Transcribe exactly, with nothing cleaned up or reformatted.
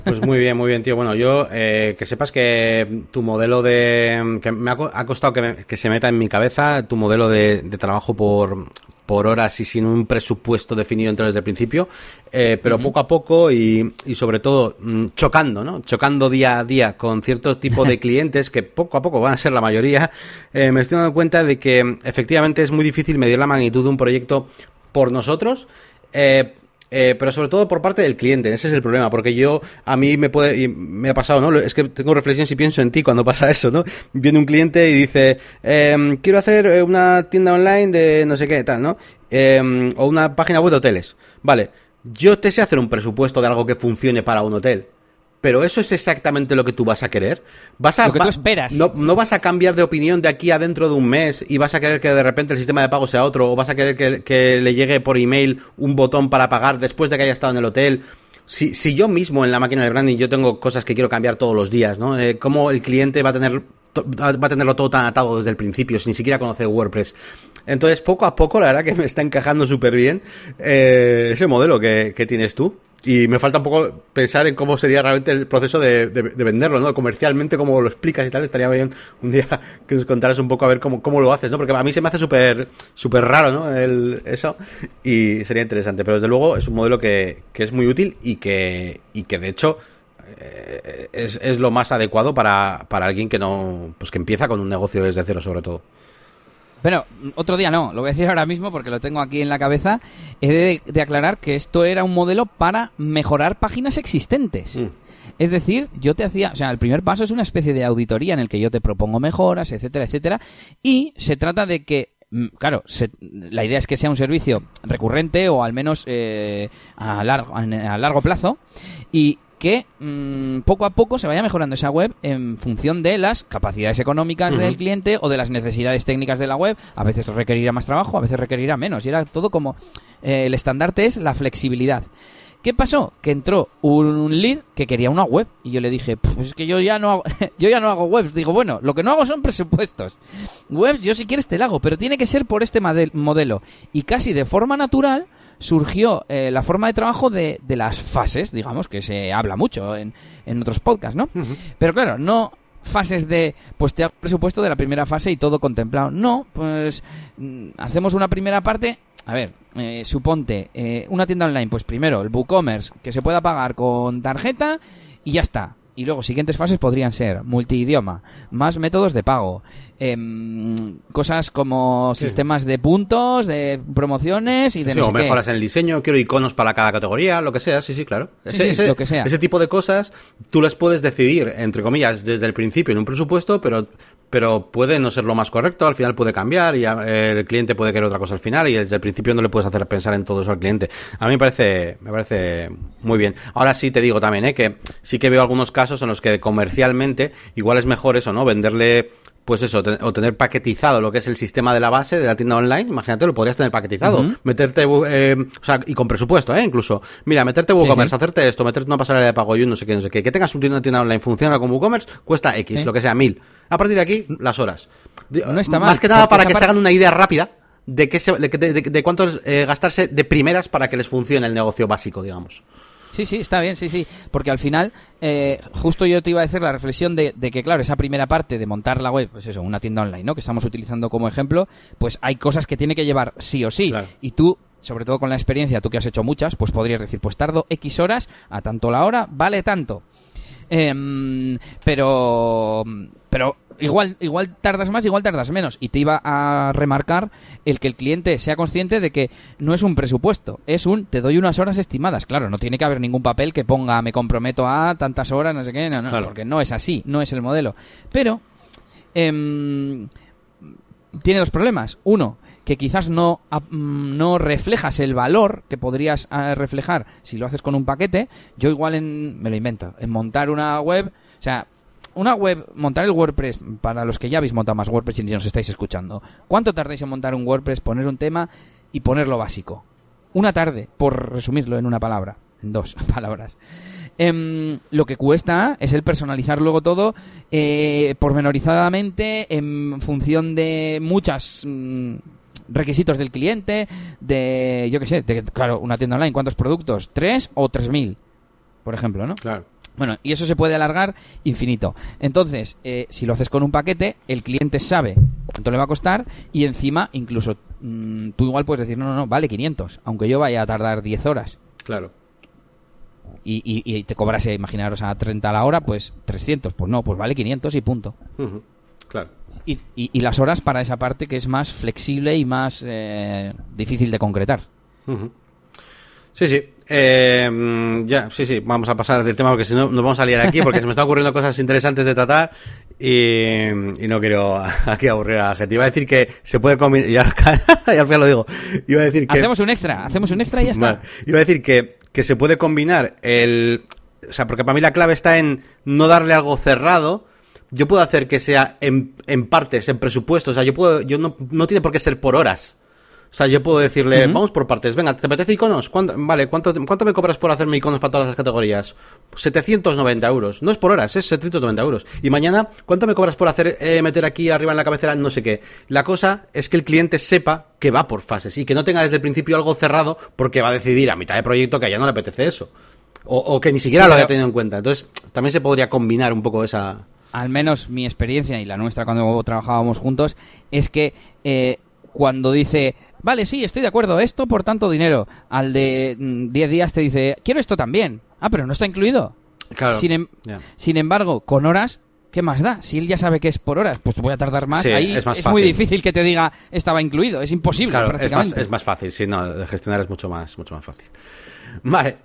Pues muy bien, muy bien, tío. Bueno, yo, eh, que sepas que tu modelo de... que me ha, ha costado que, me, que se meta en mi cabeza tu modelo de, de trabajo por, por horas y sin un presupuesto definido entre desde el principio, eh, pero uh-huh. poco a poco y, y sobre todo chocando, ¿no? Chocando día a día con cierto tipo de clientes que poco a poco van a ser la mayoría, eh, me estoy dando cuenta de que efectivamente es muy difícil medir la magnitud de un proyecto por nosotros, eh, Eh, pero sobre todo por parte del cliente. Ese es el problema, porque yo, a mí me puede, y me ha pasado, ¿no? Es que tengo reflexiones y pienso en ti cuando pasa eso, ¿no? Viene un cliente y dice, eh, quiero hacer una tienda online de no sé qué, tal, ¿no? Eh, o una página web de hoteles. Vale, yo te sé hacer un presupuesto de algo que funcione para un hotel, pero eso es exactamente lo que tú vas a querer. Vas a, lo que tú esperas. No, no vas a cambiar de opinión de aquí a dentro de un mes y vas a querer que de repente el sistema de pago sea otro, o vas a querer que, que le llegue por email un botón para pagar después de que haya estado en el hotel. Si, si yo mismo en la máquina de branding yo tengo cosas que quiero cambiar todos los días, ¿no? Eh, ¿Cómo el cliente va a tener va a tenerlo todo tan atado desde el principio, sin siquiera conocer WordPress? Entonces, poco a poco, la verdad que me está encajando súper bien eh, ese modelo que, que tienes tú. Y me falta un poco pensar en cómo sería realmente el proceso de, de, de venderlo, ¿no? Comercialmente, cómo lo explicas y tal. Estaría bien un día que nos contaras un poco a ver cómo, cómo lo haces, ¿no? Porque a mí se me hace súper súper raro, ¿no? El, eso. Y sería interesante. Pero desde luego es un modelo que, que es muy útil y que, y que de hecho eh, es, es lo más adecuado para, para alguien que no, pues que empieza con un negocio desde cero, sobre todo. Pero otro día no, lo voy a decir ahora mismo porque lo tengo aquí en la cabeza. He de, de aclarar que esto era un modelo para mejorar páginas existentes. Mm. Es decir, yo te hacía, o sea, el primer paso es una especie de auditoría en el que yo te propongo mejoras, etcétera, etcétera. Y se trata de que, claro, se, la idea es que sea un servicio recurrente o al menos eh, a, largo, a largo plazo y que mmm, poco a poco se vaya mejorando esa web en función de las capacidades económicas uh-huh. del cliente o de las necesidades técnicas de la web. A veces requerirá más trabajo, a veces requerirá menos. Y era todo como... Eh, el estandarte es la flexibilidad. ¿Qué pasó? Que entró un lead que quería una web. Y yo le dije, pues es que yo ya no hago, yo ya no hago webs. Digo, bueno, lo que no hago son presupuestos. Webs yo si quieres te la hago, pero tiene que ser por este modelo. Y casi de forma natural... surgió eh, la forma de trabajo de, de las fases, digamos, que se habla mucho en, en otros podcasts, ¿no? Uh-huh. Pero claro, no fases de, pues te hago presupuesto de la primera fase y todo contemplado. No, pues mm, hacemos una primera parte, a ver, eh, suponte, eh, una tienda online, pues primero el WooCommerce, que se pueda pagar con tarjeta y ya está. Y luego, siguientes fases podrían ser multiidioma, más métodos de pago, eh, cosas como sí. sistemas de puntos, de promociones y de sí, no o sé mejoras qué. En el diseño, quiero iconos para cada categoría, lo que sea, sí, sí, claro. Ese, sí, sí, ese, lo que sea. Ese tipo de cosas tú las puedes decidir, entre comillas, desde el principio en un presupuesto, pero... pero puede no ser lo más correcto, al final puede cambiar y el cliente puede querer otra cosa al final y desde el principio no le puedes hacer pensar en todo eso al cliente. A mí me parece me parece muy bien. Ahora sí te digo también, ¿eh? que sí que veo algunos casos en los que comercialmente igual es mejor eso, ¿no? Venderle... pues eso, te, o tener paquetizado lo que es el sistema de la base de la tienda online, imagínate, lo podrías tener paquetizado, uh-huh. meterte, eh, o sea, y con presupuesto, eh, incluso, mira, meterte WooCommerce, sí, sí. hacerte esto, meterte una pasarela de pago y un no sé qué, no sé qué, que tengas una tienda online, funciona con WooCommerce, cuesta X, sí. lo que sea, mil. A partir de aquí, las horas. No está mal. Más que nada para que par... se hagan una idea rápida de qué se, de, de, de, de cuánto eh, gastarse de primeras para que les funcione el negocio básico, digamos. Sí, sí, está bien, sí, sí, porque al final, eh, justo yo te iba a decir la reflexión de, de que, claro, esa primera parte de montar la web, pues eso, una tienda online, ¿no?, que estamos utilizando como ejemplo, pues hay cosas que tiene que llevar sí o sí, claro. Y tú, sobre todo con la experiencia, tú que has hecho muchas, pues podrías decir, pues tardo X horas, a tanto la hora, vale tanto. Eh, pero, pero igual, igual tardas más, igual tardas menos. Y te iba a remarcar el que el cliente sea consciente de que no es un presupuesto, es un te doy unas horas estimadas. Claro, no tiene que haber ningún papel que ponga me comprometo a tantas horas, no sé qué, no, no, claro. Porque no es así, no es el modelo. Pero eh, tiene dos problemas. Uno, que quizás no, no reflejas el valor que podrías reflejar si lo haces con un paquete. Yo igual en, me lo invento, en montar una web, o sea, una web, montar el WordPress, para los que ya habéis montado más WordPress y nos estáis escuchando, ¿cuánto tardáis en montar un WordPress, poner un tema y ponerlo básico? Una tarde, por resumirlo en una palabra, en dos palabras. Eh, lo que cuesta es el personalizar luego todo eh, pormenorizadamente en función de muchas... Mmm, requisitos del cliente, de, yo qué sé, de, claro, una tienda online, ¿cuántos productos? ¿Tres o tres mil? Por ejemplo, ¿no? Claro. Bueno, y eso se puede alargar infinito. Entonces, eh, si lo haces con un paquete, el cliente sabe cuánto le va a costar y encima, incluso mmm, tú igual puedes decir, no, no, no, vale quinientos, aunque yo vaya a tardar diez horas. Claro. Y, y, y te cobras, eh, imaginaros, a treinta a la hora, pues trescientos. Pues no, pues vale quinientos y punto. Uh-huh. Claro. Y, y, y las horas para esa parte que es más flexible y más eh, difícil de concretar. Uh-huh. Sí, sí. Eh, ya, sí, sí. Vamos a pasar del tema porque si no nos vamos a liar aquí porque se me están ocurriendo cosas interesantes de tratar y, y no quiero aquí aburrir a la gente. Iba a decir que se puede combinar... Y al final lo digo. Iba a decir que... Hacemos un extra. Hacemos un extra y ya está. Vale. Iba a decir que, que se puede combinar el... O sea, porque para mí la clave está en no darle algo cerrado. Yo puedo hacer que sea en, en partes, en presupuestos. O sea, yo puedo... yo no, no tiene por qué ser por horas. O sea, yo puedo decirle, uh-huh. vamos por partes, venga, ¿te apetece iconos? ¿Cuánto, vale, ¿cuánto, ¿cuánto me cobras por hacerme iconos para todas las categorías? setecientos noventa euros. No es por horas, es setecientos noventa euros. Y mañana, ¿cuánto me cobras por hacer eh, meter aquí arriba en la cabecera no sé qué? La cosa es que el cliente sepa que va por fases y que no tenga desde el principio algo cerrado porque va a decidir a mitad de proyecto que a ella no le apetece eso. O, o que ni siquiera sí, lo haya tenido en cuenta. Entonces, también se podría combinar un poco esa... Al menos mi experiencia y la nuestra cuando trabajábamos juntos es que eh, cuando dice... Vale, sí, estoy de acuerdo, esto por tanto dinero. Al de diez días te dice, quiero esto también. Ah, pero no está incluido. Claro. Sin, em- yeah. sin embargo, con horas, ¿qué más da? Si él ya sabe que es por horas, pues voy a tardar más. Sí, Ahí es, más es fácil. Muy difícil que te diga, estaba incluido. Es imposible, claro, prácticamente. Es más, es más fácil, sí, no, de gestionar es mucho más, mucho más fácil. Vale,